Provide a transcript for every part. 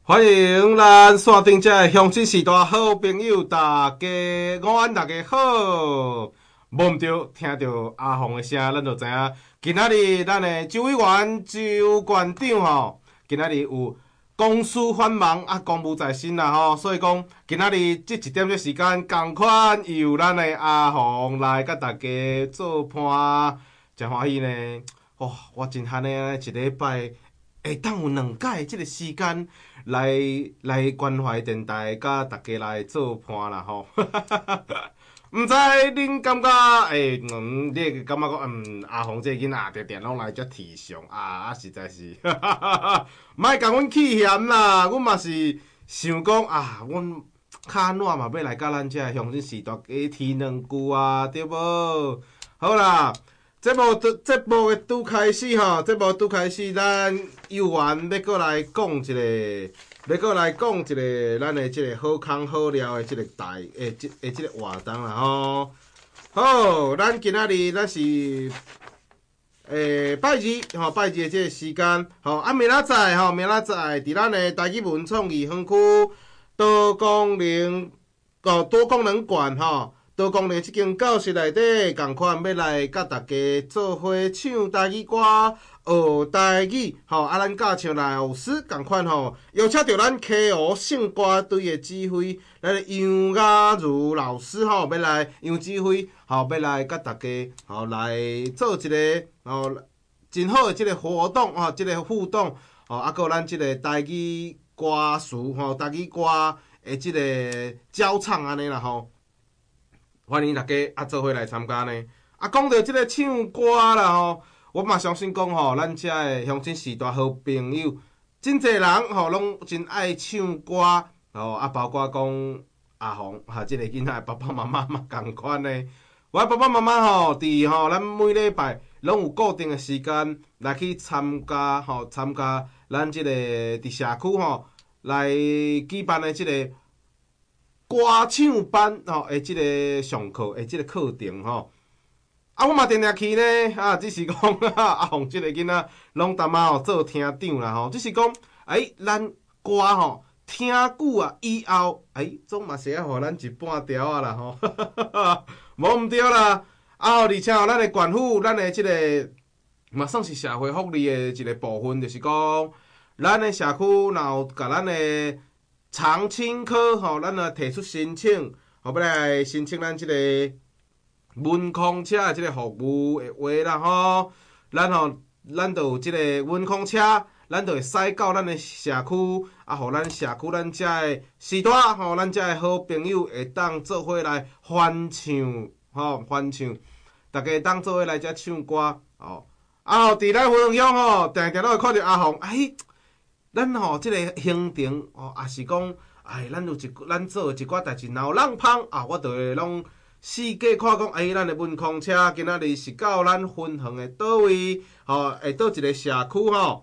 欢迎咱线顶这的乡亲时代好朋友，大家午安，大家好。无毋对，听到阿红的声，咱就知影，今仔日咱的周委员、周县长吼，今仔日有公事繁忙啊，公务在身啦吼，所以讲今仔日这一点钟时间，共款由咱的阿红来甲大家做伴，真欢喜呢。哦，我真罕呢，一礼拜会当有2届即个时间来关怀电台，甲大家来做伴啦吼。毋知恁感觉你会感觉讲阿红这囡仔定定拢来遮提倡实在是，莫共阮气嫌啦，阮嘛是想讲阮较软嘛要来甲咱遮乡亲时代加添2句啊，对无？好啦。节目的拄开始吼，节目拄开始，咱幼员要过来讲一个，咱的即个好康好料的即个即个活动啦吼。好，咱今仔日咱是拜二吼，拜二的即个时间吼，明仔载伫咱的台语文创意园区多功能馆吼。多功能即间教室内底，共款要来甲大家做伙唱台语歌、学台语，吼咱教唱老师共款吼，邀请到咱溪湖圣歌队的指挥，咱的杨雅茹老师吼，要来杨指挥，吼要来甲大家吼来做一个真好的即个活动吼，即个互动吼，还有咱即个台语歌词吼，台语歌的即个教唱安尼啦吼。欢迎大家做伙来参加呢。讲到即个唱歌啦吼，我嘛相信讲吼，咱遮的乡亲时代好朋友，真侪人吼拢真爱唱歌吼，包括讲阿红即个囡仔的爸爸妈妈嘛共款呢。我爸爸妈妈吼，伫吼咱每礼拜拢有固定的时间来去参加咱即个伫社区吼来举办的即个歌唱班吼，即个上课即个课程吼，我嘛定定去呢，只是讲阿红即个囡仔拢淡仔做厅长啦吼，只是讲咱歌吼听久以后，总嘛是要互咱一半条啦吼，无毋对啦，而且咱的县府，咱的即个嘛算是社会福利的一个部分，就是讲咱的社区若有甲咱的长青科吼，咱提出申请，要来申请咱即个温空车的即个服务的话啦吼，咱就有即个温空车，咱就会驶到咱的社区，互咱社区咱遮的时代吼，咱遮的好朋友会当做伙来翻唱翻唱，大家会当做伙来遮唱歌吼。伫咱花莲乡吼，定定都会看到阿红咱吼即个行程也是讲，咱做一寡代志，若有人芳我就会拢四界看讲，咱的温空车今仔日是到咱分园的倒位，会倒一个社区吼，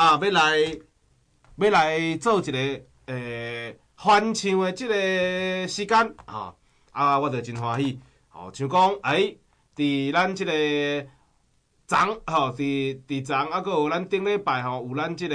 要来做一个翻唱的即个时间我就真欢喜，像讲伫咱即个昨伫昨还佫有咱顶礼拜有咱即个。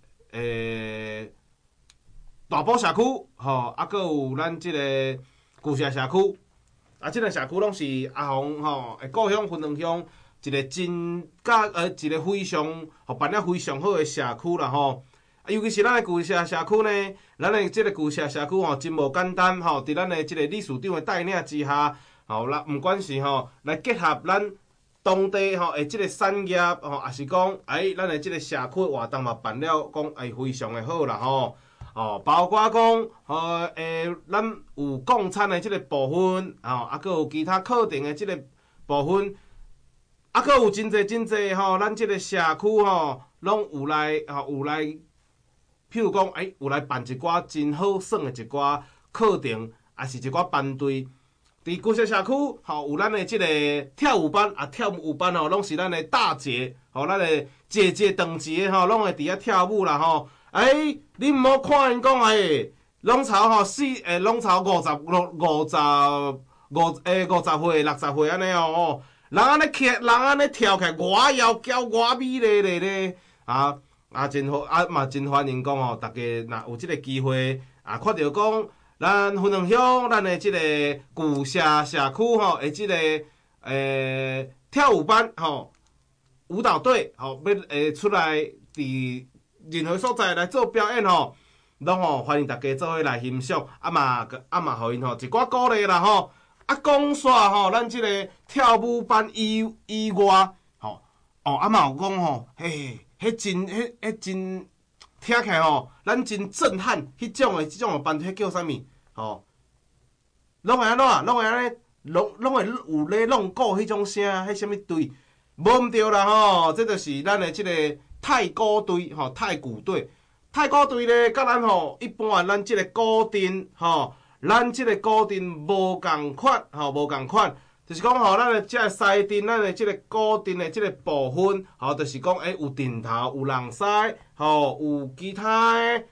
大埔社区还佫有咱即个旧社社区，即个社区拢是阿红的故乡分园乡一个一个非常办了非常好的社区啦吼。尤其是咱的旧社社区呢，咱的即个旧社社区真无简单伫咱的即个理事长的带领之下毋管是来结合咱当地的即个产业也是讲咱的即个社区活动嘛办了讲非常的好啦吼。包括讲咱有共餐的即个部分佫有其他课程的即个部分，佫有真侪咱即个社区拢有来譬如讲有来办一寡真好耍的一寡课程，也是一寡班队。伫旧社社区有咱的即个跳舞班跳舞班拢是咱的大姐咱的姐姐长级的拢会伫遐跳舞啦吼。你毋好看因讲拢超拢超50岁、60岁安尼人安尼跳起来，外窈窕外美丽丽咧真欢迎讲大家若有即个机会看到讲咱分享乡咱的即个旧社区的即个跳舞班舞蹈队要出来伫任何所在来做表演拢欢迎大家做伙来欣赏，嘛，互因一寡鼓励啦讲煞咱即个跳舞班以外嘛有讲迄真听起来咱真震撼，迄种的班迄叫啥物拢会安怎？拢会有咧弄鼓迄种声，迄啥物队？无毋对啦这就是咱的即个太鼓队太鼓队。太鼓队咧，甲咱一般咱即个古镇咱即个古镇无共款无共款。就是讲咱的即个西镇，咱的即个古镇的即个部分就是讲有阵头，有人狮有其他的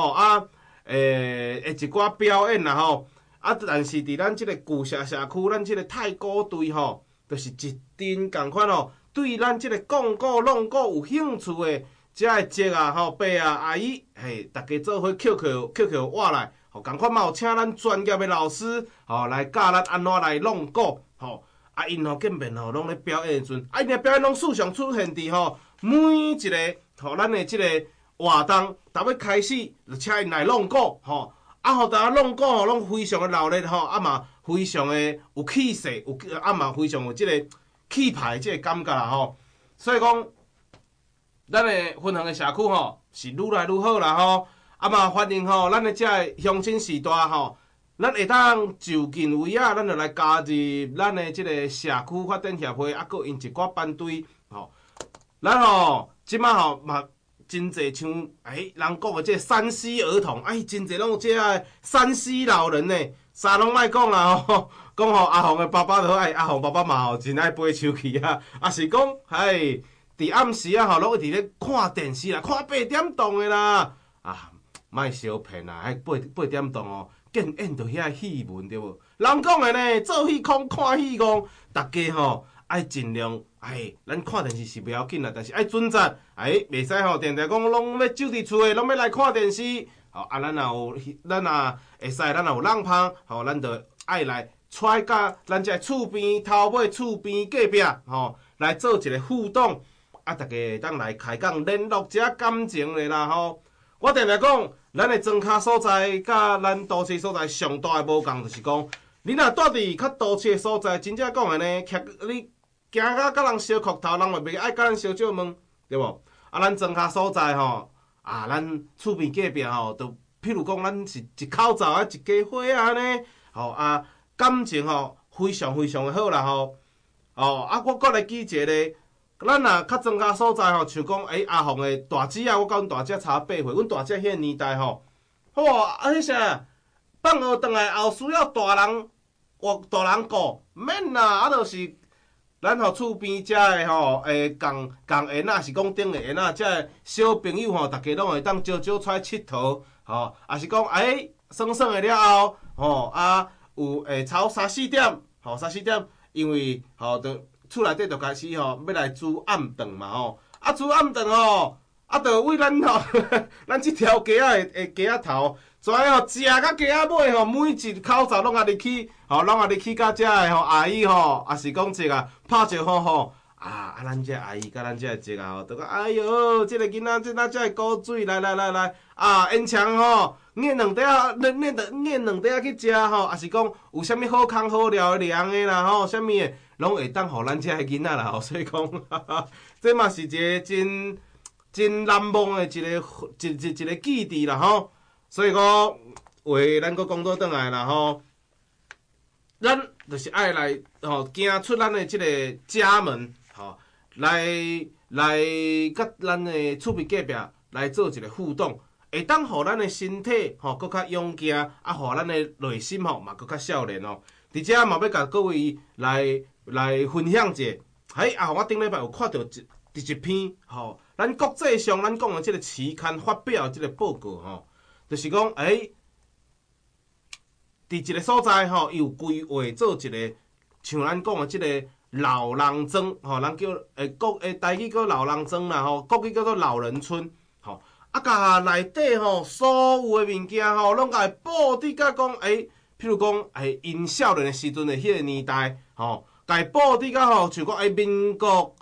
一寡表演啦但是伫咱即个旧社区，咱即个太鼓队就是一阵共款对咱即个讲鼓、弄鼓有兴趣的遮个叔伯阿姨，大家做伙扣活来，共款嘛有请咱专业的老师来教咱安怎来弄鼓因见面拢咧表演的时阵，因的表演拢时常出现伫每一个咱的即个活动，逐要开始就请因来弄鼓大家弄鼓拢非常的热烈嘛非常的有气势，嘛非常有即个气派即个感觉啦所以讲，咱的分享的社区是愈来愈好啦嘛欢迎咱的遮个乡亲时代咱会当就近位咱就来加入咱的即个社区发展协会，佮因一寡班队咱即摆嘛真侪像人讲的即个山西儿童，真侪拢有即个山西老人呢，啥拢莫讲啦讲阿红的爸爸就阿红爸爸嘛真爱飞手去是讲伫暗时拢一直咧看电视啦，看8点档的啦莫相骗啦，8点档见演到遐戏文对无？人讲的呢，做戏空看戏戆，大家爱尽量咱看电视是袂要紧啦，但是爱准则袂使定定讲拢要守伫厝诶，拢要来看电视咱若会使，咱若有人芳咱就爱来带甲咱遮厝边头尾厝边隔壁来做一个互动大家会当来开讲联络一下感情咧啦我定定讲，咱的庄脚所在甲咱都市所在上大的无共，就是讲，你若住伫较都市的所在，真正讲的呢，你行甲人烧裤头，人袂爱甲咱烧借问，对无？咱庄脚所在咱厝边隔壁就譬如讲，咱是一口罩一家伙安尼感情非常非常的好啦我搁来举一个咧。咱若较庄脚所在像讲阿红的大姐我甲阮大姐差8岁，阮大姐迄个年代迄啥放学转来后需要大人顾，免啦，就是咱厝边遮的共缘是讲顶的缘遮的小朋友大家拢会当招出来佚佗也是讲爽爽的了后有超3-4点3-4点，因为就厝内底就开始要来煮暗顿嘛煮暗顿就为咱咱即条街仔的街仔头，跩食甲街仔尾每一口罩拢入去甲遮的阿姨也是讲一拍招呼咱遮阿姨甲咱遮一个就讲哎哟，即个囡仔即遮的古水来烟肠捏两块去食也是讲有啥物好康好料的凉的啦啥物的。拢会当互咱遮个囡仔啦所以讲这嘛是一个真难忘的一个记忆啦所以讲话咱搁讲倒转来啦咱就是爱来行出咱的即个家门来甲咱的厝边隔壁来做一个互动，会当互咱的身体搁较勇健互咱的内心嘛搁较少年伫遮嘛要甲各位来分享一下，我顶礼拜有看到一篇咱国际上咱讲的即个期刊发表即个报告就是讲伫一个所在伊有规划做一个像咱讲的即个老人庄咱叫台语叫老人庄啦国语叫做老人村啊，甲内底吼所有的物件吼，拢甲伊布置甲讲，譬如讲，因少年的时阵的迄个年代，吼，甲伊布置甲吼，像讲民国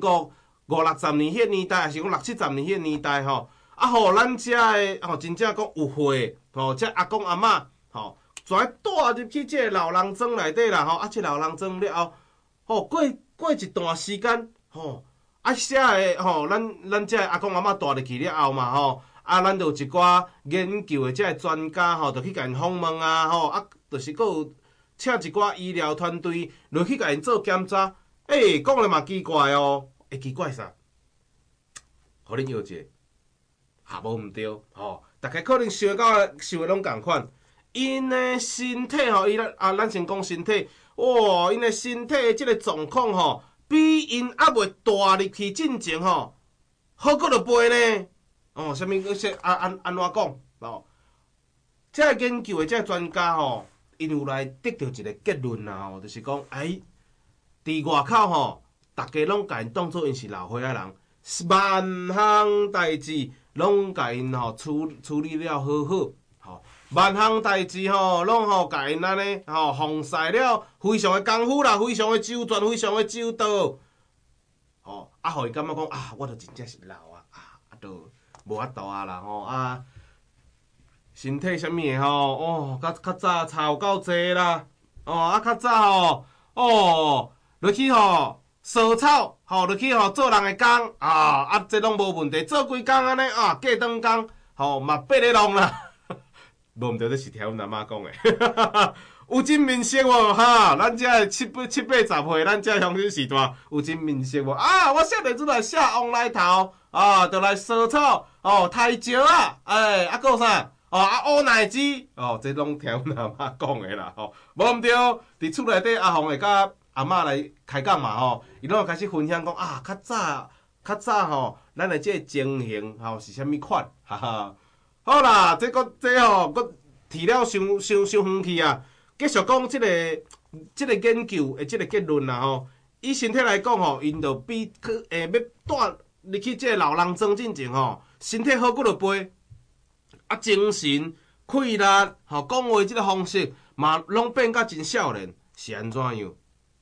50、60年迄个年代，还是讲60、70年迄个年代吼，啊，互咱遮的吼，真正讲有岁，吼，遮阿公阿嬷，吼，全带入去即个老人庄内底啦，吼，啊，即老人庄了后，吼，过一段时间，吼。啊，写的吼，咱遮阿公阿嬷住入去了后嘛吼，啊，咱就有一寡研究的遮专家吼，就去甲因访问啊吼，啊，就是佫有请一寡医疗团队落去甲因做检查。讲了嘛奇怪哦，会奇怪啥？互恁摇一下，无毋对吼，大家可能想的拢共款。因的身体吼，咱先讲身体，哇，因的身体的即个状况吼。比因还未大入去进前吼，好过落背呢。哦，啥物说安怎讲？哦，这研究的这专家吼，因有来得到一个结论啦吼，就是讲，伫外口吼，大家拢甲因当做因是老岁仔人，万项代志拢甲因吼处理了好好。吼，万项代志吼，拢吼甲因安尼吼防晒了，非常的功夫啦，非常的周全，非常的周到。吼，啊，互伊感觉讲啊，我著真正是老啊，都无法度啊啦吼啊，身体啥物的吼，哦，较早差有够济啦，哦，啊，较早吼，落去吼烧草，吼，落去吼做人的工啊，这拢无问题，做几工安尼啊，过顿工，吼嘛八个弄啦。无毋对，这是听阮阿嬷讲的。有真面色无哈？咱遮七八十岁，咱遮乡亲时代有真面色无？啊，我少年阵来下往来头，啊，就来烧草，哦，抬石啊，啊，还有啥？哦，啊，乌奶子，哦，这拢听阮阿嬷讲的啦，吼，无毋对，伫厝内底阿红会甲阿嬷来开讲嘛，吼，伊拢开始分享讲啊，较早吼，咱的这个情形吼是啥物款，哈哈。好啦，这吼，佫提了伤远去啊！继续讲即个研究的即个结论啦吼。以身体来讲吼，因就比要带入去即个老人庄进前吼，身体好过落背，啊，精神、气力吼，讲话即个方式嘛，拢变甲真少年，是安怎样？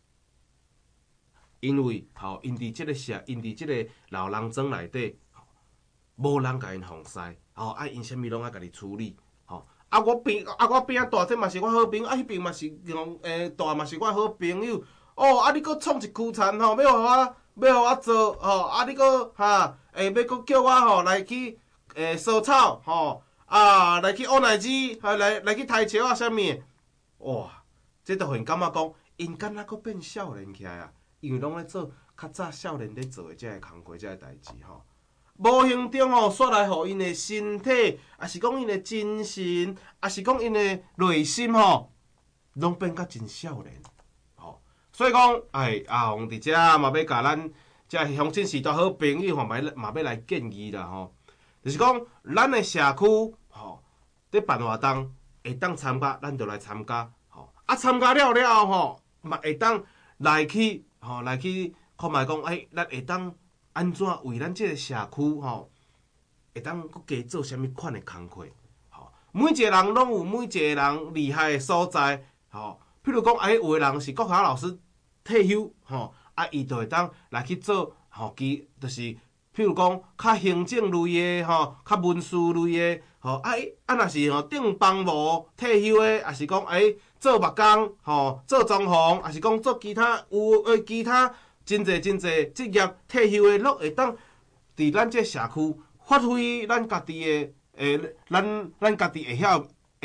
因为吼，因伫即个老人庄内底，无人甲因防晒。吼，因啥物拢爱家己处理，吼，我边大这嘛是我好朋友，迄边嘛是大嘛是我好朋友，哦，你搁创一躯残吼，要互我做，吼，你搁要搁叫我吼来去烧草，吼，来去乌奶子，来去抬石啊，啥物？哇，这就互因感觉讲，因敢若搁变少年起来啊，因为拢咧做较早少年咧做的遮个工课，遮个代志吼。无形中吼，煞来互因的身体，也是讲因的精神，也是讲因的内心吼，拢变甲真少年。吼，所以讲，阿红伫遮嘛要甲咱遮乡亲时代好朋友吼，嘛要来建议啦吼，就是讲咱的社区吼，伫办活动会当参加，咱就来参加。吼，参加了后吼，嘛会当来去看卖讲，咱会当。安怎为咱即个社区吼，会当搁加做啥物款的工课？吼，每一个人拢有每一个人厉害的所在。吼，譬如讲，有的人是国校老师退休，吼，伊就会当来去做，吼，就是譬如讲较行政类的，吼，较文书类的，吼，若是吼顶帮务退休的，也是讲做木工，吼，做装潢，也是讲做其他其他。真侪职业退休的，拢会当伫咱这社区发挥咱家己的咱家己会晓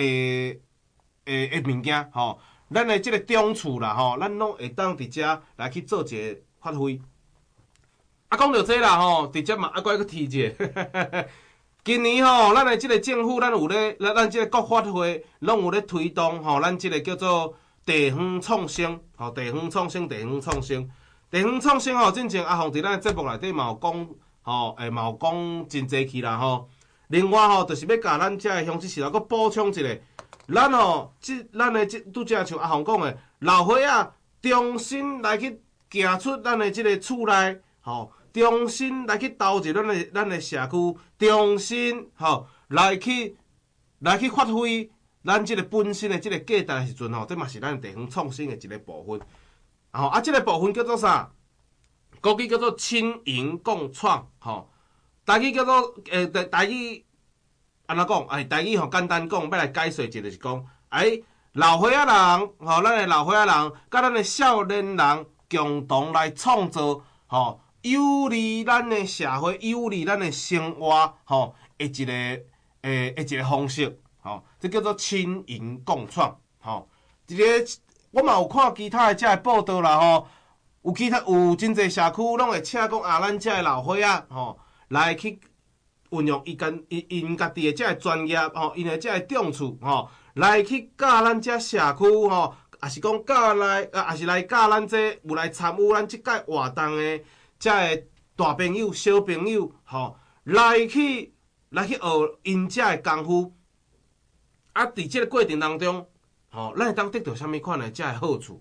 物件吼，咱的即个长处啦吼，咱拢会当伫遮来去做一个发挥。讲到这啦吼，伫遮嘛搁去提一个。今年吼，咱的即个政府，咱有咧，咱即个国发会拢有咧推动吼，咱即个叫做地方创生，吼，地方创生。地方创生吼，之前阿凤伫咱节目内底嘛有讲，吼，嘛有讲真济去啦吼。另外吼，就是要甲咱遮个乡亲时代搁补充一个，咱吼，咱的拄则像阿凤讲的，老岁仔重新来去行出咱的即个厝内，吼， 重新来去投入咱的社区，重新来去发挥咱即个本身的即个价值的时阵这嘛是咱地方创新的一个部分。即个部分叫做啥？国语叫做轻盈共创，台语叫做台语安怎讲？台语简单讲，要来解说一下，就是讲，老岁仔人，咱的老岁仔人，甲咱的少年人共同来创造，有利咱的社会、有利咱的生活，的一个方式，这叫做轻盈共创，一个我嘛有看其他的遮报道啦，有真侪社区拢会请讲咱遮的老岁仔，来去运用因家己的遮个专业，因的遮个长处，来去教咱遮社区，也是讲也是来教咱这有来参与咱即届活动的遮个大朋友、小朋友，来去学因遮个功夫。伫即个过程当中，咱会当得到啥物款的遮个好处？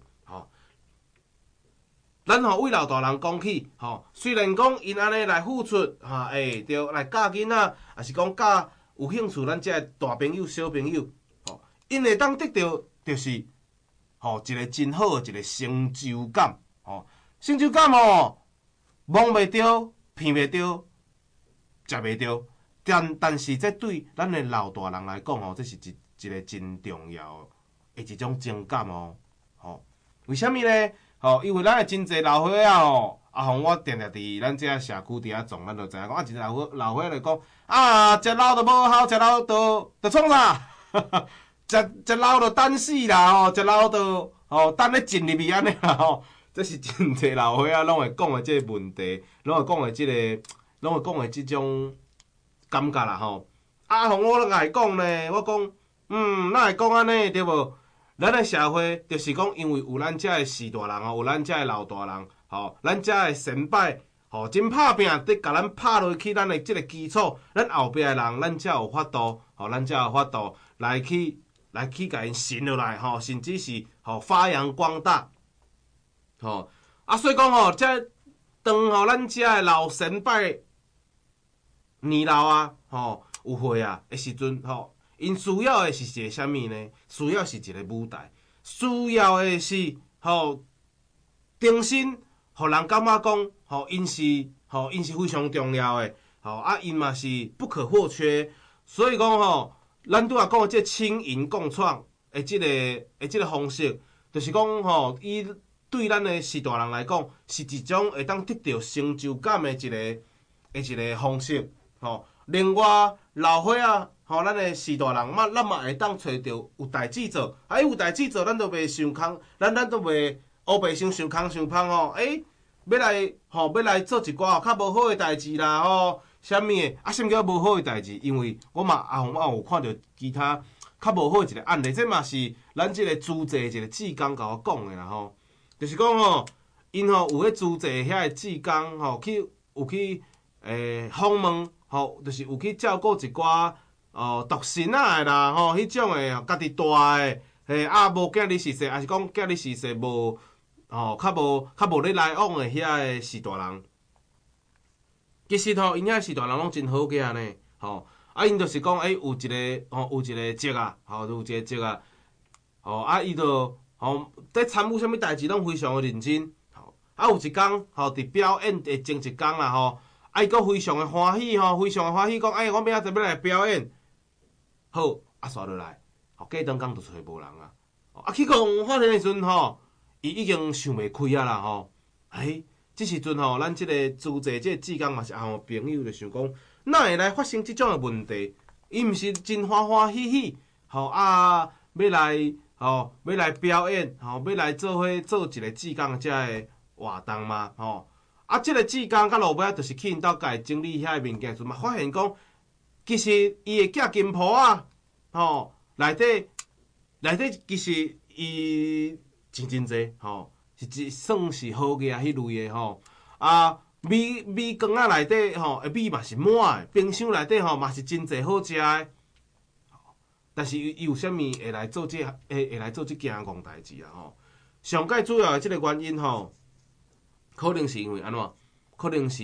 咱为老大人讲起，虽然讲因安尼来付出，着来教囡仔，也是讲教有兴趣咱遮个大朋友、小朋友，因会当得到就是一个真好的一个成就感，成就感摸袂着、闻袂着、食袂着，但是这对咱的老大人来讲，这是一个真重要的一种情感为虾米呢？因为咱的真侪老岁仔我定定伫咱遮社区伫遐种，咱就知影讲，真侪老岁仔就讲食老都无好，食老都创啥？食老就等死啦食老就等咧进入去安尼啦这是真侪老岁仔拢会讲的即个问题，拢会讲的即种感觉啦我来讲呢，我讲咱会讲安尼对无？咱的社会就是讲，因为有咱遮的士大人有咱遮的老大人咱遮的先辈真拍拼，得甲咱拍落去咱的即个基础，咱后壁的人，咱才有法度来去甲因信落来甚至是发扬光大所以讲这当咱遮的老先辈年老有岁的时阵因需要的是一个啥物呢？需要是一个舞台，需要的是重新，互人感觉讲因是非常重要的因嘛是不可或缺。所以讲咱拄仔讲的这轻盈共创的即个方式，就是讲伊对咱的士大人来讲，是一种会当得到成就感的一个方式另外老岁仔咱的士大人咱嘛会当找到有代志做，有代志做，咱都袂伤空，咱都袂黑白伤空伤芳要来做一寡较无好的代志啦啥物的什么叫无好的代志？因为我有看到其他较无好的一个案例，这嘛是咱即个主治一个志工甲我讲的啦就是讲因有咧主治遐个志工去访问就是有去照顾一寡独生仔的啦迄种的家己大的无囝儿逝世，还是讲囝儿逝世无较无咧来往的遐个士大人。其实因遐士大人拢真好个呢因就是讲有一个节有一个节伊就在参与啥物代志拢非常的认真有一工伫表演的前一工啦伊佫非常的欢喜非常的欢喜讲我明仔载要来表演，好刷落来过当工就找无人去讲发现的时阵伊已经想袂开啦即时阵咱即个主治即个志工嘛是朋友，就想讲哪会来发生即种的问题？伊毋是真欢欢喜喜要来表演要来做一个志工遮个活动嘛即个志工到落尾就是去因兜家整理遐个物件，就嘛发现讲，其实伊会寄金铺内底其实伊真济是算是好个迄类的米缸内底米嘛是满的，冰箱内底嘛是真济好食的，但是伊有啥物会来做即件戆代志上界主要的即个原因可能是因为安怎？可能是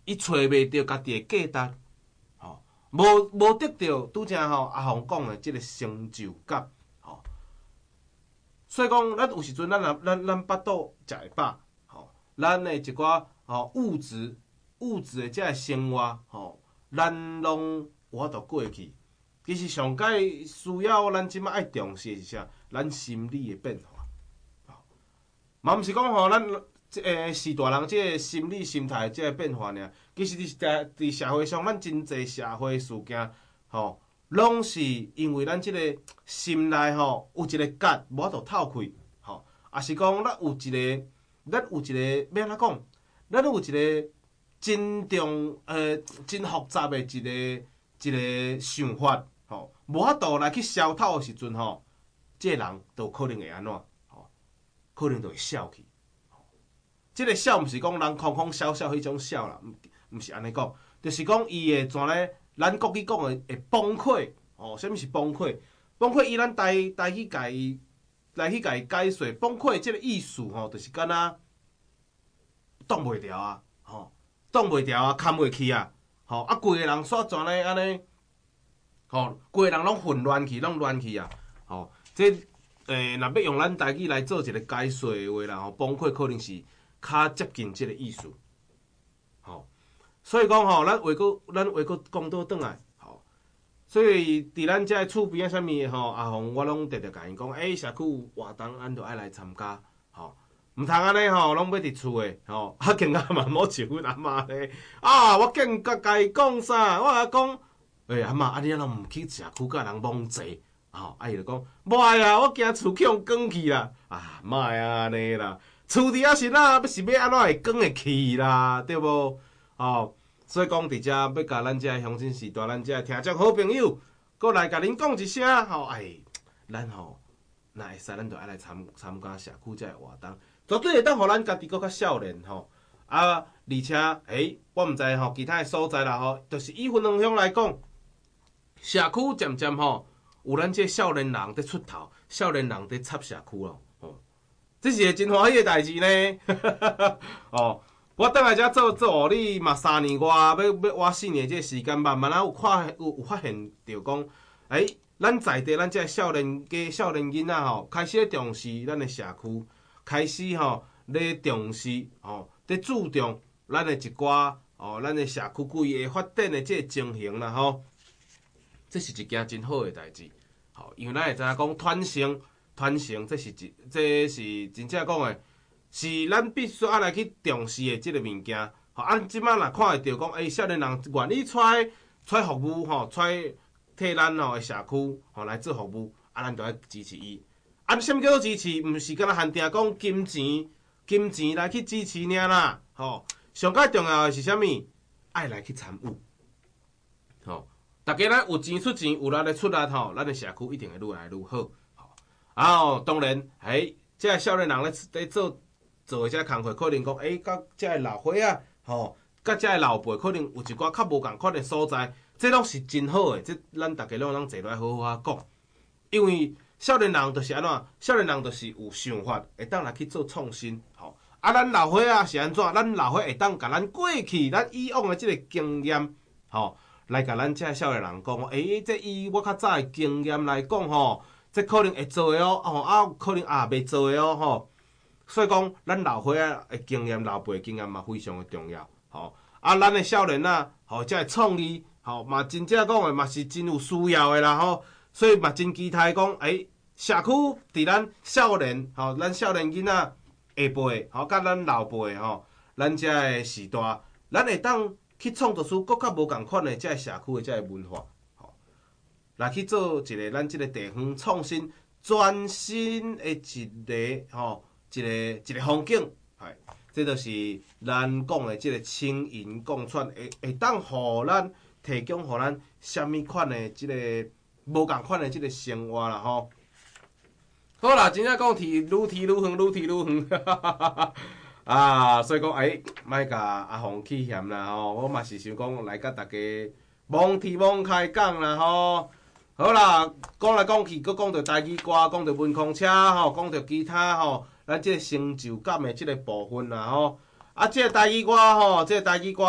伊找袂着家己的价值，吼，无得到拄则吼阿宏讲的即个成就感，吼。所以讲，咱有时阵咱巴肚食会饱，吼，咱的一寡吼物质的即个生活，吼，咱拢有法度过去。其实上界需要咱即摆爱重视的是啥？咱心理的变化，吼，嘛毋是讲吼咱是大人即个心理心态即个变化尔。其实伫社会上，咱真侪社会事件，吼，拢是因为咱即个心内吼有一个结无法度透开，吼，也是讲咱有一个要安怎讲？咱有一个真重真复杂的一个想法。吼，无法度来去消透的时阵，吼，这个人就可能会安怎？吼，可能就会笑去。即个笑毋是讲人空空笑笑迄种笑啦，毋是安尼讲，就是讲伊会怎咧？咱国语讲的会崩溃。哦，啥物是崩溃？崩溃以咱台语来去解说，崩溃即个意思吼，就是敢若挡袂牢啊，吼，挡袂牢啊，扛袂起啊，吼，啊，规个人煞怎咧安尼？吼，规个人拢混乱去，拢乱去啊！吼，这若要用咱台语来做一个解说的话啦，吼，崩溃可能是较接近即个意思。吼，所以讲吼，咱话佫讲倒转来，吼，所以伫咱遮厝边啊，啥物吼，阿宏我拢直直甲因讲，社区有活动，咱着爱来参加，吼，毋通安尼吼，拢要伫厝诶，吼，啊，更加嘛莫像阮阿嬷咧，啊，我更甲伊讲啥，我讲。阿嬷，啊你怎毋去社区甲人摸坐？吼，伊就讲，无爱啊，我惊厝去互关去啦。啊，莫会安尼啦，厝伫遐是要安怎会关会去啦，对无？吼，所以讲伫遮要甲咱遮乡亲时代，咱遮听众好朋友，过来甲恁讲一声，吼，咱吼，若会使，咱就爱来参加社区遮个活动，绝对会当互咱家己搁较少年吼。啊，而且，我毋知吼其他的所在啦吼，就是以云龙乡来讲。社区渐渐吼，有咱这少年人在出头，少年人在插社区咯，吼，这是个真欢喜的代志呢。哦，我倒来遮做护理嘛3年外，要活4年这个时间，慢慢有发现着讲，咱在地咱这少年囡仔吼，开始重视咱的社区，开始吼咧重视吼，咧注重咱的一寡咱的社区规个发展的这个情形啦吼。这是一件真好的代志，吼，因为咱会知影讲传承，这是真正讲的，是咱必须爱来去重视的即个物件。吼，即摆若看会到讲，少年人愿意出来服务，吼，出来替咱吼的社区吼来做服务，咱就要支持伊。啥物叫做支持？毋是敢若限定讲金钱来去支持尔啦，吼。上较重要的是啥物？爱来去参与，吼。大家咱有钱出钱，有力的出力吼，咱的社区一定会愈来愈好。吼，当然，这少年人咧做的这工作，可能讲，甲这个老伙仔，吼，甲这个老辈，可能有一寡较无共款的所在，这拢是真好的。这咱大家拢通坐落来好好啊讲，因为少年人就是安怎？少年人就是有想法，会当来去做创新。吼，咱老伙仔是安怎？咱老伙会当甲咱过去咱以往的这个经验，吼。来甲咱遮少年人讲，这以我较早的经验来讲吼，这可能会做的哦，可能袂做的哦，吼。所以讲，咱老伙仔的经验、老辈的经验嘛，非常的重要，吼。咱的少年啊，吼，这创意，吼，嘛真正讲的嘛是真有需要的啦，吼。所以嘛真期待讲，社区伫咱少年，吼，咱少年囡仔下辈，吼，甲咱老辈吼，咱遮的时代，咱会当。去创造出更较无共款的这社区的这文化，吼，来去做一个咱这个地方创新、全新的一个风景，这就是咱讲的这个青银共串，会当互咱提供互咱什么款的这个无共款的这个生活啦，吼。好啦，真正讲愈提愈远，所以讲，莫甲阿宏起嫌啦吼，我嘛是想讲来甲大家妄开讲啦吼。好啦，讲来讲去，佫讲到台语歌，讲到文空车吼，讲到其他吼，咱即个成就感的即个部分啦吼。即个台语歌吼，即个台语歌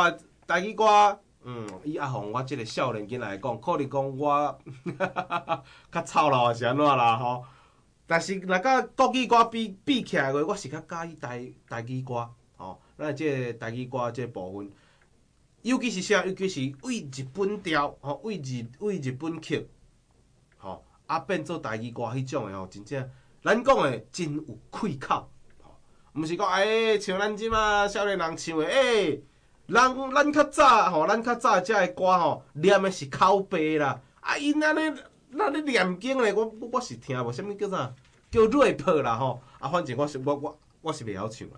台语歌，以阿红我即个少年囡来讲，可能讲我较操劳还是安怎啦吼。但是若甲国语歌比起来话，我是较喜意台语歌吼。咱即个台语歌即个部分，尤其是啥？尤其是为日本调吼，为日本曲吼，变做台语歌迄种诶吼，真正咱讲诶真有气口。毋是讲像咱即马少年人唱诶，咱较早吼，咱较早遮个歌吼，念诶是口碑啦。因安尼念经咧，我是听无啥物叫啥叫 rap 啦吼。反正我是袂晓唱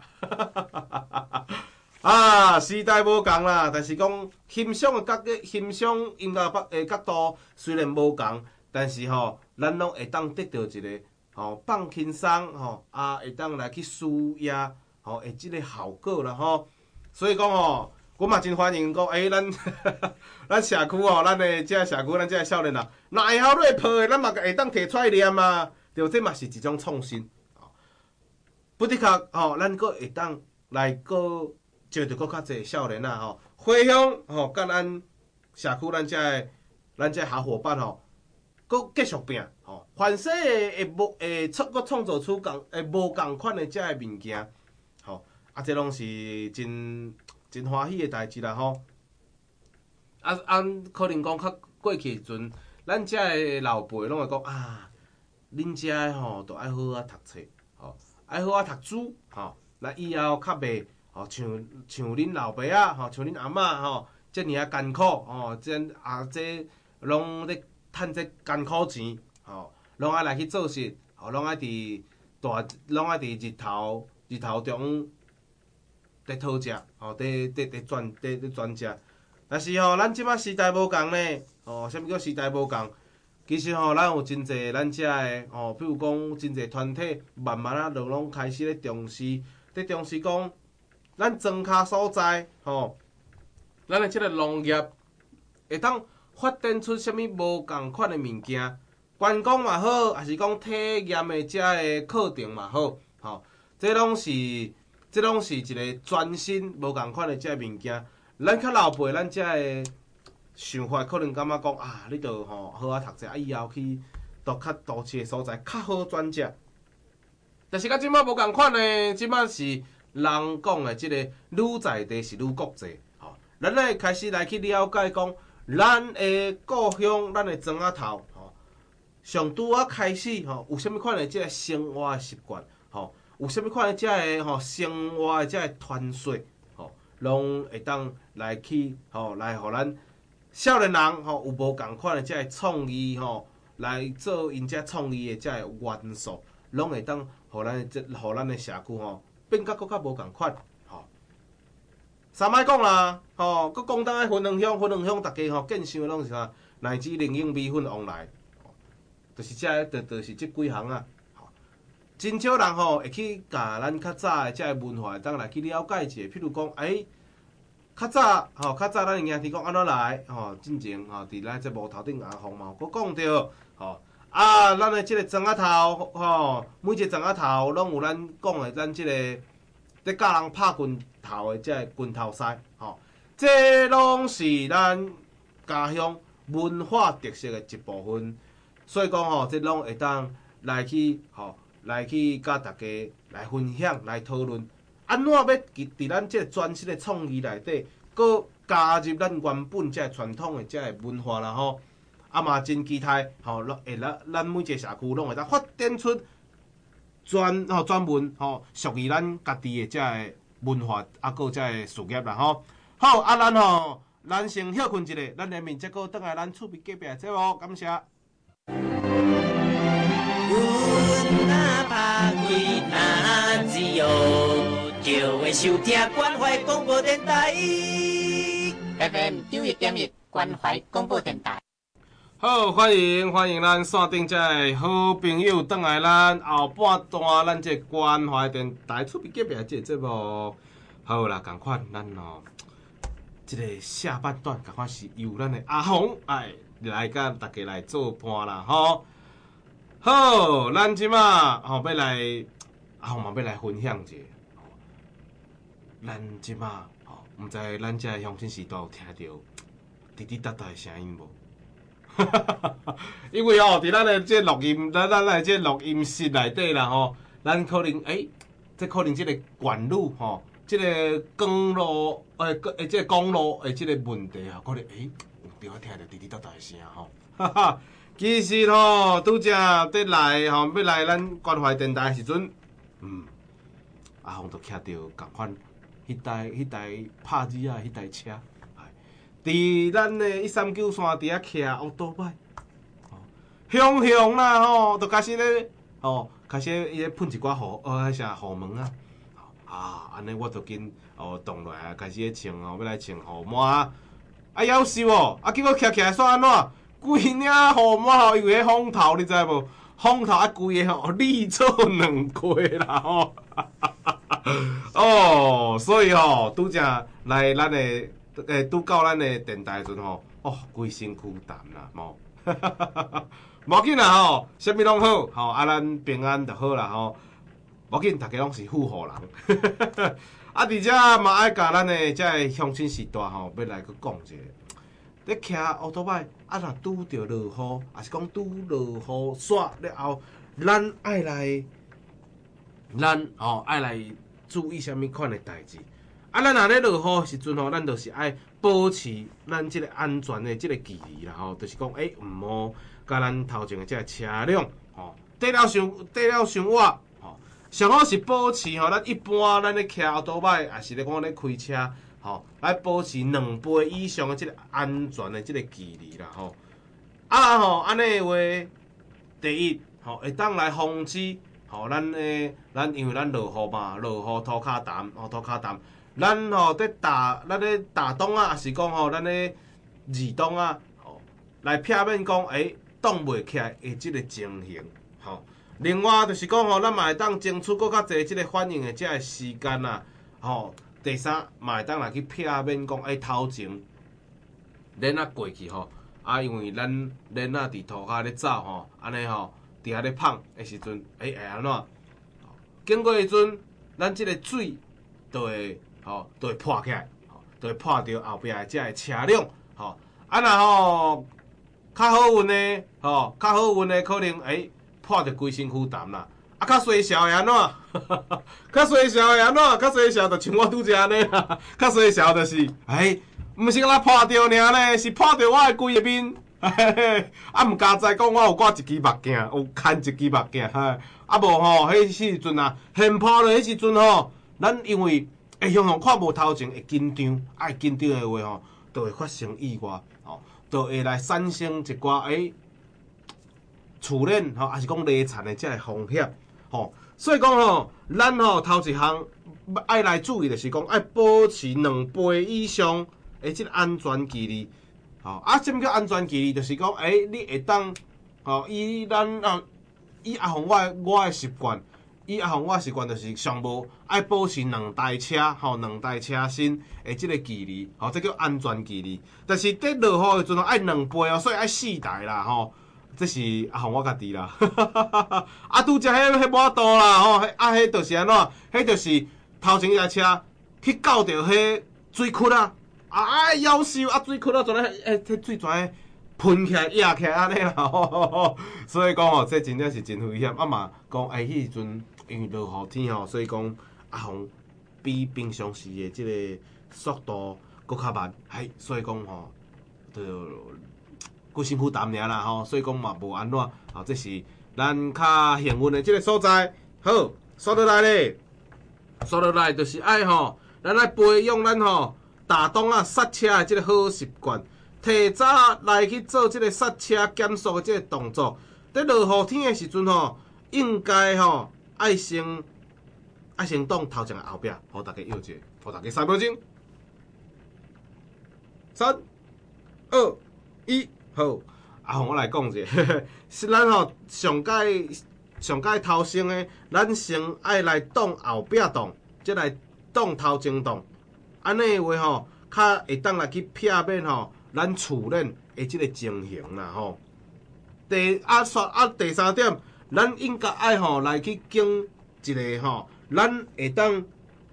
啦。时代无共啦，但是讲欣赏音乐诶角度虽然无共，但是吼，咱拢会当得到一个。放轻松会当来去舒压会即个效果啦所以讲我嘛真欢迎讲咱社区咱的这社区咱这少年人，若会晓rap的，咱嘛会当摕出来念啊，对，这嘛是一种创新。不的确咱阁会当来阁招着阁较侪少年回乡甲咱社区咱这好伙伴阁继续拼凡世会创造出无共款的遮个物件，这拢是真欢喜的代志啦可能讲较过去时阵，咱遮个老辈拢会讲恁遮个都爱好读册爱好读书那以后较袂像恁老爸像恁阿嬷遮尔艰苦这拢咧趁这艰苦钱拢爱来去做事拢爱伫日头中伫讨食伫专食。但是咱即摆时代无共呢啥物叫时代无共？其实咱有真侪咱遮个比如讲真侪团体，慢慢拢开始咧重视讲咱庄脚所在咱的即个农业会当发展出啥物无共款的物件。观光嘛好，还是讲体验的遮个课程嘛好，这拢是一个全新无共款的遮个物件。咱较老辈，咱遮个想法可能感觉讲你着好读册，以后去到较都市的所在较好转折。但是到即摆无共款的，即摆是人讲的即个愈在地是愈国际。咱会开始来去了解讲，咱的故乡，咱的庄仔头。上拄开始有啥物款的即个生活的习惯有啥物款的即个生活的即个传说拢会当来去来互咱少年人有无共款的即个创意来做因遮创意的即个元素，拢会当互咱的社区变甲搁较无共款三摆讲啦搁讲当个分两乡，大家见想的拢是啥？乃至灵应米粉往来。就是就是即几项真少人会去甲咱较早的遮个文化当来去了解一下。譬如讲，较早咱硬听讲安怎来进前伫咱这无头顶阿红嘛有讲着咱的即个庄仔头每一个庄仔头拢有咱讲的咱即个咧教人拍拳头的即个拳头赛这拢是咱家乡文化特色的一部分。所以讲这拢会当来去甲大家来分享、来讨论，安怎要伫咱这个全新的创意内底，搁加入咱原本这传统的这个文化啦嘛真期待咱每一个社区拢会当发展出专门属于咱家己的这个文化搁这个事业啦好咱先休困一下，咱下面再搁转来咱厝边隔壁的节目，感谢。 阮若拍开若自由，就会收听关怀广播电台 FM 91.1关怀广播电台。 好，欢迎咱线顶这个好朋友转来咱后半段咱这关怀电台厝边隔壁这个节目。好啦，共款咱这个下半段共款是由咱的阿红来甲大家来做伴啦好，咱即马要来阿红嘛要来分享一下咱即马毋知咱遮乡亲时代有听到滴滴答答的声音无？因为伫咱的这录音，咱的这录音室内底啦吼，咱可能这可能这个管路吼，这个公路这个公路的这个问题啊，可能有对我听到滴滴答答的声吼，哈哈。其实吼，拄则伫来吼，要来咱关怀电台的时阵，阿峰都徛到共款，迄台拍子啊，迄台车，伫咱的139线底下徛奥多摆，雄啦吼，就开始咧，开始伊咧喷一寡雨门啊，安尼我就紧动落来，开始咧穿要来穿雨伞，夭寿哦，结果徛煞安怎？规领雨伞因为迄风头，你知无？风头规个立做两块啦所以拄则来咱的拄到咱的电台时阵规身躯淡啦无要紧啦啥物拢好咱平安就好啦无要紧，大家拢是富户人而且嘛爱甲咱的这乡亲时代要来去讲一下。咧徛乌托摆，若拄着落雨，也是讲拄落雨煞了后，咱爱来注意啥物款的代志。咱若咧落雨时阵咱就是爱保持咱即个安全的即个距离啦就是讲毋好甲咱头前的即个车辆缀了伤晚上好是保持咱一般咱咧徛乌托摆，也是咧讲咧开车。来保持2倍以上的即个安全的即个距离啦安尼的话，第一会当来防止咱因为咱落雨嘛，落雨涂骹淡咱咱咧打洞啊，也是讲咱咧二洞啊来避免讲挡袂起来的即个情形另外就是讲咱嘛会当争取搁较侪即个反应的即个时间啊第三，嘛会当来去避免讲头前咱过去因为咱伫涂骹咧走安尼伫遐咧碰的时阵会安怎？经过时阵，咱即个水就会破起来，就会破着后壁的即个车辆若较好运的可能破着规身躯淡啦。较衰小会安怎？较衰小会安怎？较衰小就像我拄则安尼啦。较衰小就是，毋是敢破着尔呢，是破着我的规个面。毋加知讲我有挂一支目镜，有牵一支目镜。无迄时阵啊，现破了迄时阵咱因为常常看无头前会紧张，会紧张的话就会发生意外，就会来产生一寡厝链也是讲雷残的这个风险。所以讲咱头一项爱来注意的是讲，爱保持2倍以上的即个安全距离。什么叫安全距离？就是讲，你会当以阿宏我的习惯，就是上无爱保持2台车2台车身的即个距离，这叫安全距离。但是伫落雨的时阵爱2倍所以爱4台啦这是我家己啦，拄则迄无多啦迄就是安怎？迄就是头前一台车去搞着迄水窟啊，夭寿水窟全迄水全喷起来、压起来安尼啦所以讲这真正是真危险。嘛讲迄时阵因为落雨天所以讲风比平常时的即个速度搁较慢，所以讲就。规身躯淡尔啦所以讲嘛无安怎这是咱较幸运的即个所在。好，说落来就是爱咱来培养咱打档刹车的即个好习惯，提早来去做即个刹车减速的即个动作。伫落雨天的时阵应该爱先挡头前后壁，互大家有一个，互大家3秒钟，3、2、1。好，我来讲者，是咱上届头先的，咱先爱来挡后壁挡，再来挡头前挡，安尼的话较会当来去避免咱厝链的即个情形啦第三点，咱应该爱来去经一个咱会当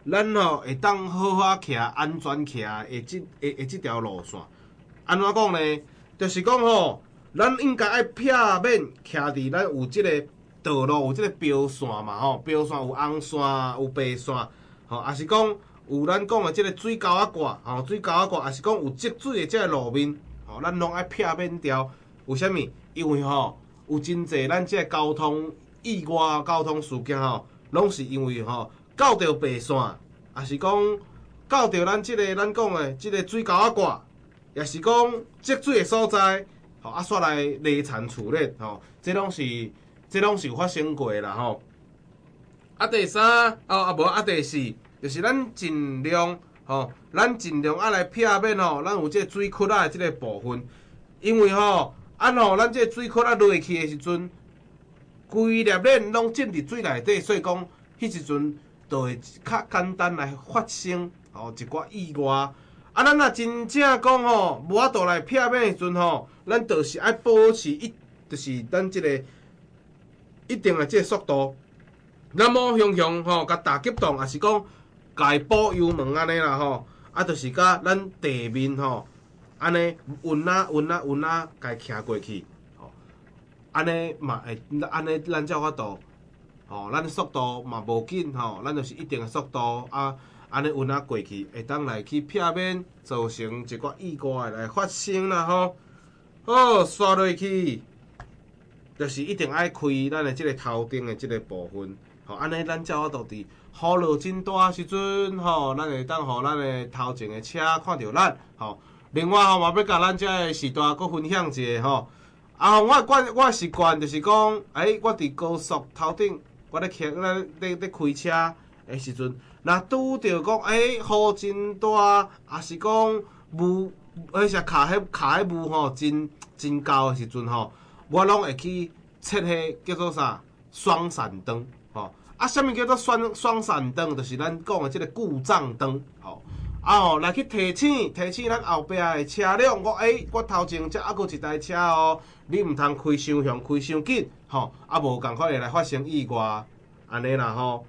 咱会当好好徛、安全徛的即条路线。安怎讲呢？就是讲咱应该爱避免徛伫咱有即个道路有即个标线嘛标线有红线、有白线也是讲有咱讲的即个水沟挂水沟挂，也是讲有积水的即个路面咱拢爱避免掉。为虾米？因为有真济咱即个交通意外、交通事件拢是因为到着白线，也是讲到着咱即个咱讲的即个水沟挂，也是讲积水的所在，煞来泥残处理这拢是有发生过啦第三无第四，就是咱尽量来避免咱有即个水窟的即个部分，因为咱即个水窟落去的时阵，规粒链拢浸伫水内底，所以讲迄时阵就会较简单来发生一寡意外。咱若真正讲无法度来避免的时阵咱就是爱保持就是咱即个一定的即个速度。咱某向甲大急动，也是讲家补油门安尼啦就是甲咱地面安尼稳家徛过去安尼嘛会安尼咱才有法度咱速度嘛无紧咱就是一定的速度安尼过去，会当来去避免造成一寡意外来发生啦刷落去，就是一定爱开咱的即个头顶的即个部分安尼咱才有法度伫雨落真大的时阵咱会当互咱的头前的车看到咱另外嘛要甲咱遮个时段佫分享一下我的习惯就是讲我伫高速头顶，我咧开车的时阵，若拄着讲雨真大，也是讲雾，迄是卡迄雾真高的时阵我拢会去切迄叫做啥双闪灯啥物叫做双闪灯？就是咱讲的即个故障灯来去提醒咱后壁的车辆，我头前还佫一台车你毋通开伤向、开伤紧无共款会来发生意外安尼啦好，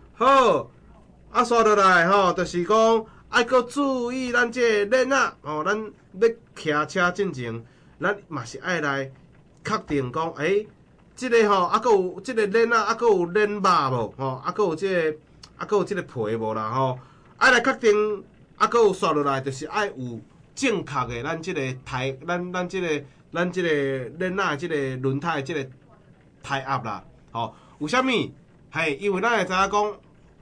刷落来就是讲爱佫注意咱即个链仔咱要骑车进前，咱嘛是爱来确定讲即个佫有即个链仔，佫有链把无佫有即个皮无啦爱来确定。佫有刷落来，就是爱有正确的咱即个咱即个链仔即个轮胎的即个胎压啦。为虾米？因为咱会知影讲，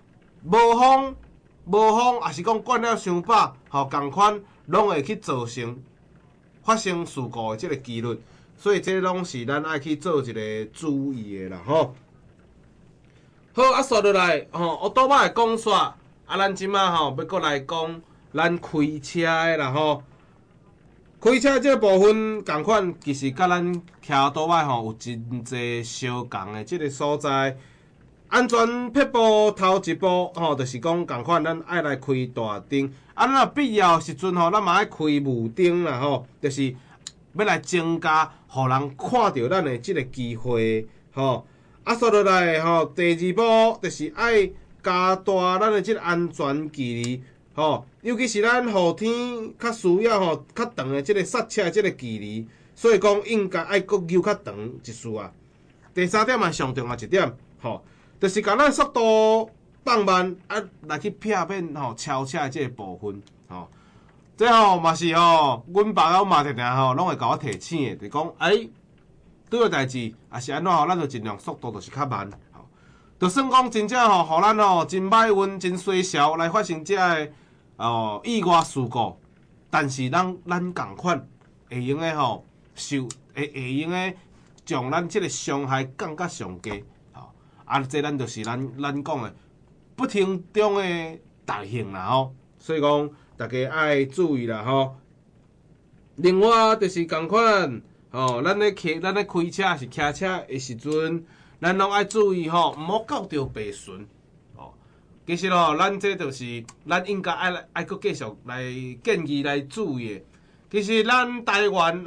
无风，也是讲灌了伤饱，共款拢会去造成发生事故的即个几率，所以这拢是咱爱去做一个注意的啦好，刷落来乌多巴的讲煞。咱即马要搁来讲咱开车的啦开车即个部分共款，其实甲咱骑倒摆有真济相共的即个所在。安全撇步头一步就是讲共款，咱爱来开大灯。咱若必要时阵咱嘛爱开雾灯啦就是要来增加互人看到咱的即个机会刷落来第二步就是爱加大咱的即个安全距离尤其是咱雨天较需要较长的即个刹车即个距离，所以讲应该爱佫留较长一丝啊。第三点嘛上重要一点就是甲咱速度放慢来去避免超车的即个部分这嘛是阮爸妈嘛定定拢会甲我提醒的，就是讲拄着代志也是安怎咱就尽量速度就是较慢就算讲真正互咱真歹运、真衰小来发生这个意外事故，但是咱共款会用的会用的将咱即个伤害降到上低这咱就是咱讲的不幸中的大幸啦所以讲大家爱注意啦另外就是共款咱咧开车是骑车的时阵。咱拢爱注意毋好搞着白船其实咱这就是咱应该爱佫继续来建议来注意的。其实咱台湾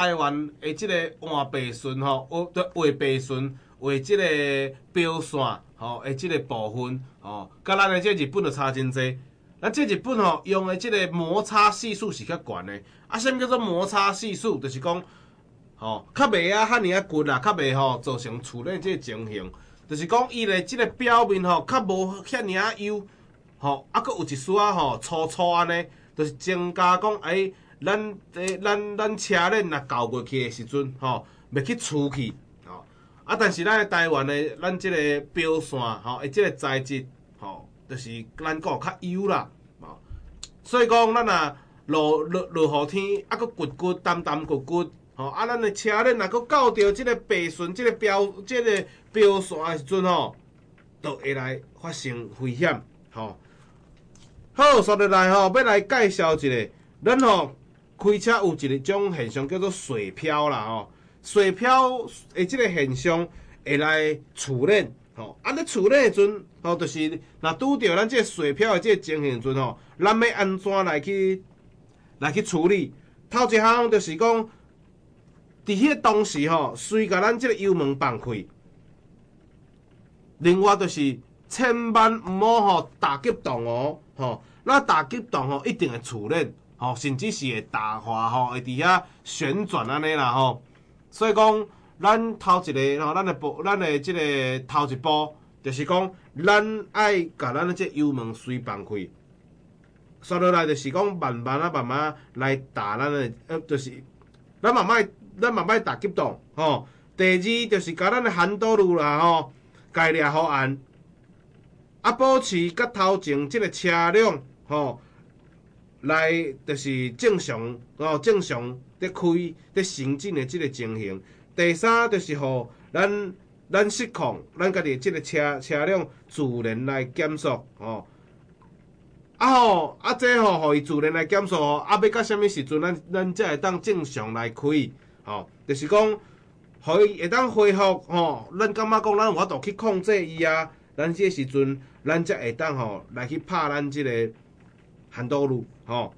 的即个换白船画白船画即个标线吼的即个部分吼，甲咱的即日本就差真济。咱即日本吼用的即个摩擦系数是较悬的。啊，啥物叫做摩擦系数？就是讲吼，较袂遐尼骨啦，较袂吼造成厝内即个情形。就是讲伊的即个表面吼较无遐尼幼，吼啊，佫有一丝仔吼粗粗安尼，就是增加讲咱车链若校过去的时阵吼，袂去跬去吼。啊，但是咱台湾的咱即个标线吼，的即个材质吼，就是咱讲较幼啦，吼。所以讲咱若落雨天，啊，佫骨淡骨，吼啊，咱的车链若佫校着即个白顺即个标线的时阵吼，就会来发生危险吼。好，接落来吼，要来介绍一个，咱吼开车有一种现象叫做水漂啦吼。水漂的即个现象会来处理吼。啊，咧处理的时阵吼，就是若拄着咱即个水漂的即个情形时阵吼，咱要安怎来去处理？头一项就是讲，伫迄个当时吼，随甲咱即个油门放开。另外就是千万毋好吼大激动哦，吼，咱大激动吼一定会触电，吼，甚至是会打滑吼，会伫遐旋转安尼啦吼。所以讲，咱头一个吼，咱的即个头一步，就是讲，咱爱甲咱的即油门随放开。接落来就是讲，慢慢来打咱的，就是咱慢慢大激动吼。第二就是甲咱的handle路啦吼。该抓好按，啊，保持甲头前即个车辆吼，来就是正常咧开咧行进的即个情形。第三就是互咱失控，咱家己即个车辆自然来减速吼。这吼，互伊自然来减速吼，要到啥物时阵，咱才会当正常来开吼，就是讲。互伊会当恢复吼，咱感觉讲咱有法度去控制伊啊，咱即个时阵，咱才会当吼来去拍咱即个handle路吼。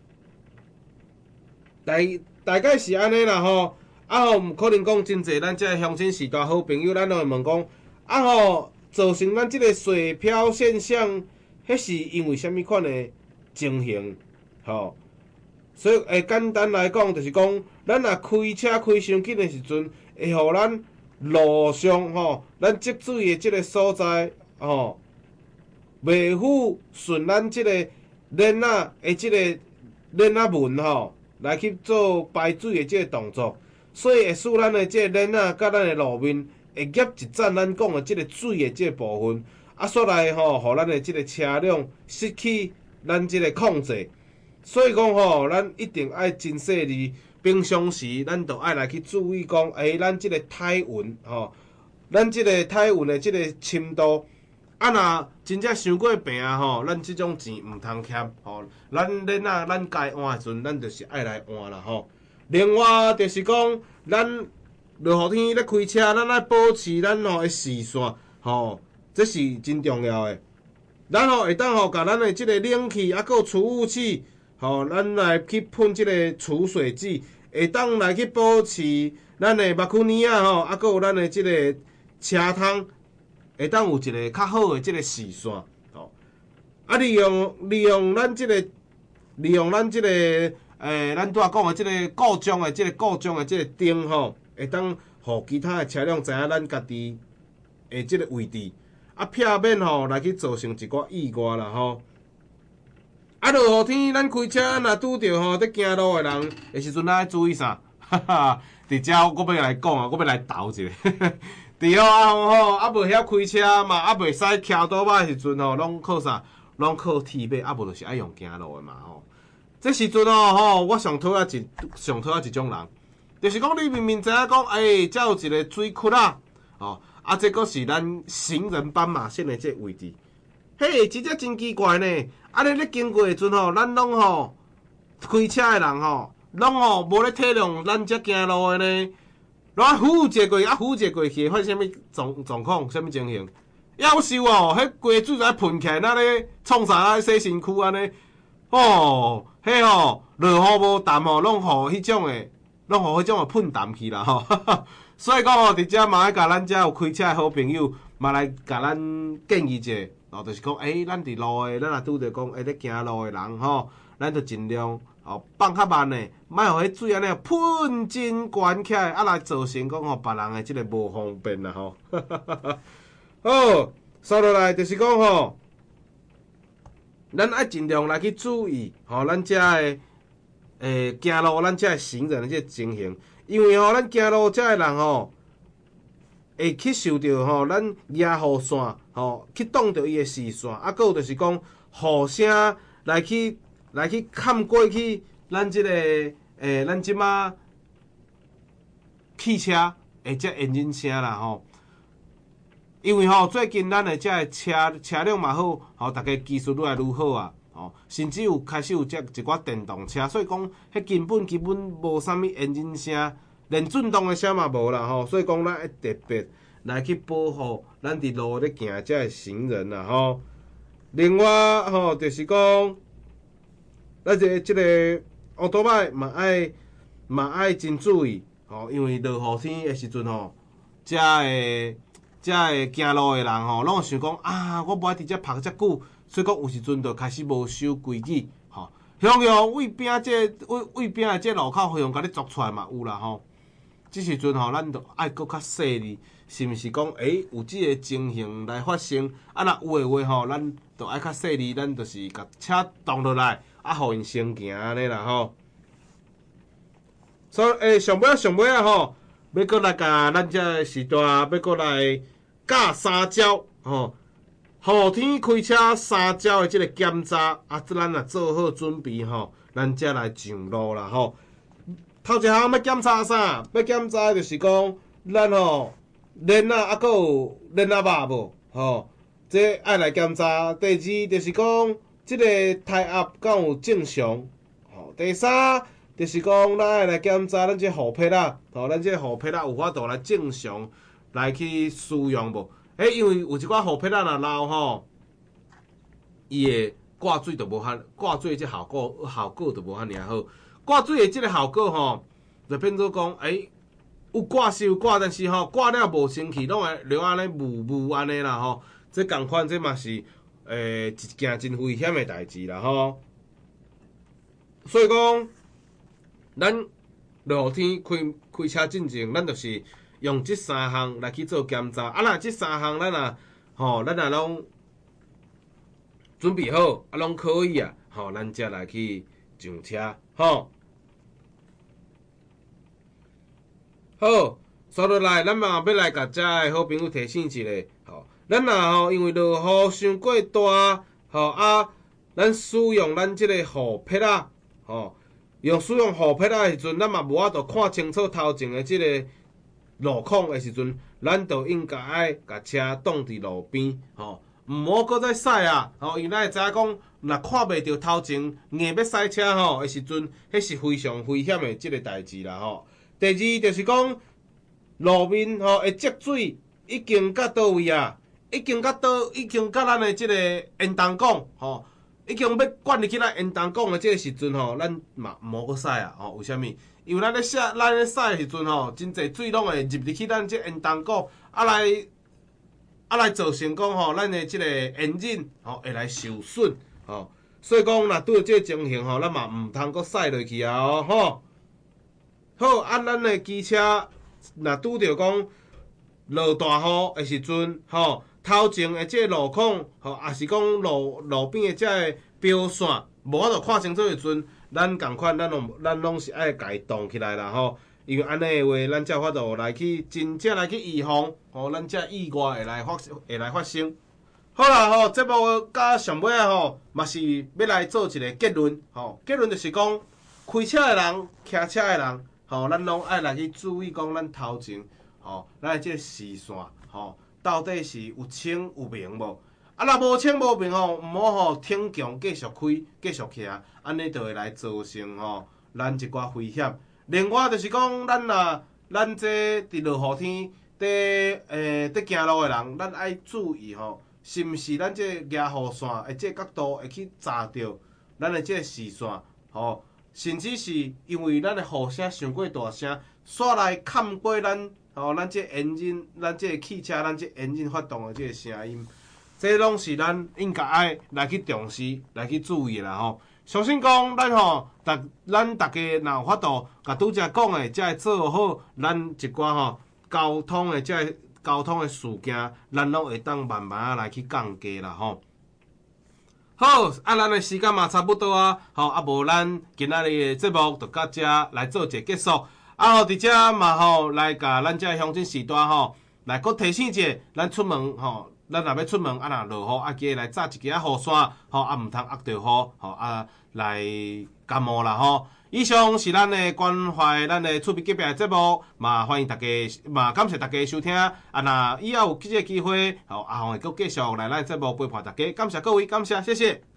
大概是安尼啦吼，毋可能讲真济咱即个乡亲时代好朋友，咱都会问讲造成咱即个水漂现象，迄是因为啥物款的情形吼？所以简单来讲，就是讲咱若开车开伤紧的时阵。会互咱路上吼，咱积水的即个所在吼，袂符顺咱即个链仔的即个链仔门吼，来去做排水的即个动作，所以会使咱的即个链仔甲咱的路面会夹一zan咱讲的即个水的即个部分，啊，所来吼，互咱的即个车辆失去咱即个控制，所以讲吼，咱一定爱真细腻。平常时，咱就爱来去注意讲，咱即个胎温吼，咱即个胎温的即个深度，啊，若真正伤过病啊吼，咱即种钱毋通欠吼，咱该换的时阵，咱就是爱来换啦吼。另外就是讲，咱落雨天咧开车，咱爱保持咱的视线吼，这是真重要的。咱会当甲咱的即个冷气啊，有除雾器。吼，咱来去喷即个除水剂，会当来去保持咱的目睭耳啊吼，还有咱的即个车窗，会当有一个较好的即个视线吼。啊，利用咱即个咱拄仔讲的即个故障的即个灯吼，会当互其他的车辆知影咱家己的即个位置，啊，避免吼来去造成一寡意外啦吼。啊，落雨天，咱开车若拄着吼伫行路的人的时阵，咱爱注意啥？哈哈，伫遮我要来讲啊，我要来斗一下。伫吼无晓开车嘛，袂使骑倒摆的时阵吼，拢靠啥？拢靠铁马，无就是爱用行路的嘛吼。这时阵吼，我上讨厌一种人，就是讲你明明知影讲，遮有一个水窟啊，吼，这个是咱行人斑马线的这位置。嘿，真正真奇怪呢！你咧经过的时阵吼，咱拢吼开车的人吼，拢吼无咧体谅咱遮行路的呢。然后扶一过去，发生啥物状况？啥物情形？夭寿哦！迄规水在喷起来，那咧创啥咧洗身躯安尼？哦，迄吼落雨无淡吼，拢互迄种的喷淡去啦吼。所以讲吼，伫遮嘛爱甲咱遮有开车的好朋友。 嘛来甲咱建议者，就是讲，咱伫路诶，咱若拄着讲，咧行路诶人吼，咱着尽量放较慢诶，莫互迄水安尼喷真悬起来，来造成讲互别人诶即个无方便啦吼。好，说落来就是讲吼，咱爱尽量来去注意咱遮诶行路，咱遮诶行人诶即个情形，因为咱行路遮诶人会去受到咱野雨伞去挡着伊诶视线，啊，搁有就是讲雨声来去冚过去咱即个咱即马汽车诶只引擎声啦吼。因为最近咱诶遮车辆嘛好，大家技术愈来愈好啊，甚至有开始有一寡电动车，所以讲迄基本无啥物引擎声，连震动诶声嘛无啦所以讲咱会特别来去保护咱伫路咧行遮诶行人啦另外就是讲，咱即个乌多摆嘛爱真注意因为落雨天诶时阵遮诶行路诶人拢会想讲我无爱伫遮拍遮久，所以讲有时阵就开始无守规矩向阳位边位边诶这路口向阳甲你捉出来嘛有啦即时阵咱就爱搁较细腻，是毋是讲有即个情形来发生？若有诶话咱就爱较细腻，咱就是甲车动落来，互因先行安尼啦所以上尾要搁来甲咱遮时代要搁来教三招雨天开车三招的即个检查咱若做好准备咱才来上路啦头一项要检查啥？要检查就是讲咱链仔搁有链仔肉无这爱来检查。第二就是讲即个胎压敢有正常第三就是讲咱爱来检查咱这雨披仔咱这雨披仔有法度来正常来去使用无？因为有一寡雨披仔若老伊的挂水就无挂水这效果就无遐尔好。挂水的即个效果就变做讲有挂是有挂，但是挂了无生气，拢会留安尼雾安尼啦这共款这嘛是一件真危险的代志啦所以讲，咱落雨天开车进前，咱就是用这三项来去做检查。若这三项咱若拢准备好，拢可以咱才来去上车好，说落来，咱嘛要来甲遮个好朋友提醒一下咱若因为落雨伤过大咱使用咱即个雨披仔使用雨披仔的时阵，咱嘛无法度看清楚头前的即个路况的时阵，咱就应该爱甲车挡伫路边毋好搁再驶因为咱会知影讲，若看袂到头前硬要驶车的时阵，迄是非常危险的即个代志啦第二就是讲，路面的积水已经到倒位啊？已经到咱的即个烟筒管已经要灌入去咱烟筒管的即个时阵咱嘛毋好搁驶为虾米？因为咱咧驶的时阵真侪水拢会入去咱即烟筒管来造成讲咱的即个烟引会来受损所以讲，若拄着即个情形咱嘛毋通搁驶落去好，咱的机车若拄着讲落大雨的时阵头前的即个路况也是讲路边的即个标线无法度看清楚的时阵，咱共款咱拢是爱家动起来啦因为安尼的话，咱才有法度来去真正来去预防咱这意外会来发生。好啦节目到上尾嘛是要来做一个结论结论就是讲，开车的人、骑车的人咱拢爱来去注意讲咱头前咱的即个视线到底是有清有明无？若无清无明毋好挺强继续开继续骑，安尼就会来造成咱一寡危险。另外就是讲，咱这伫落雨天伫行路的人，咱爱注意是毋是咱这个遮雨伞的这个角度会去砸着咱的这个视线甚至是因为咱的雨声伤过大声，煞来冚过咱咱这引擎，咱这汽车，咱这引擎发动的这个声音，这拢是咱应该爱来去重视、来去注意啦吼。相信讲咱大家若有法度，甲拄则讲的，才会做好咱一寡交通的交通的事件，咱拢会当慢慢来去降低啦吼。好，咱的时间嘛差不多啊，无咱今仔日的节目就到这来做一个结束。伫遮嘛来甲咱遮乡亲时代来搁提醒一下，咱出门咱若要出门若落雨，记得来扎一件雨伞毋通压着雨来感冒啦以上是咱的关怀咱的厝边隔壁的节目，嘛欢迎大家，嘛感谢大家收听。若以后有这个机会，阿宏会搁继续来咱节目陪伴大家。感谢各位，感谢，谢谢。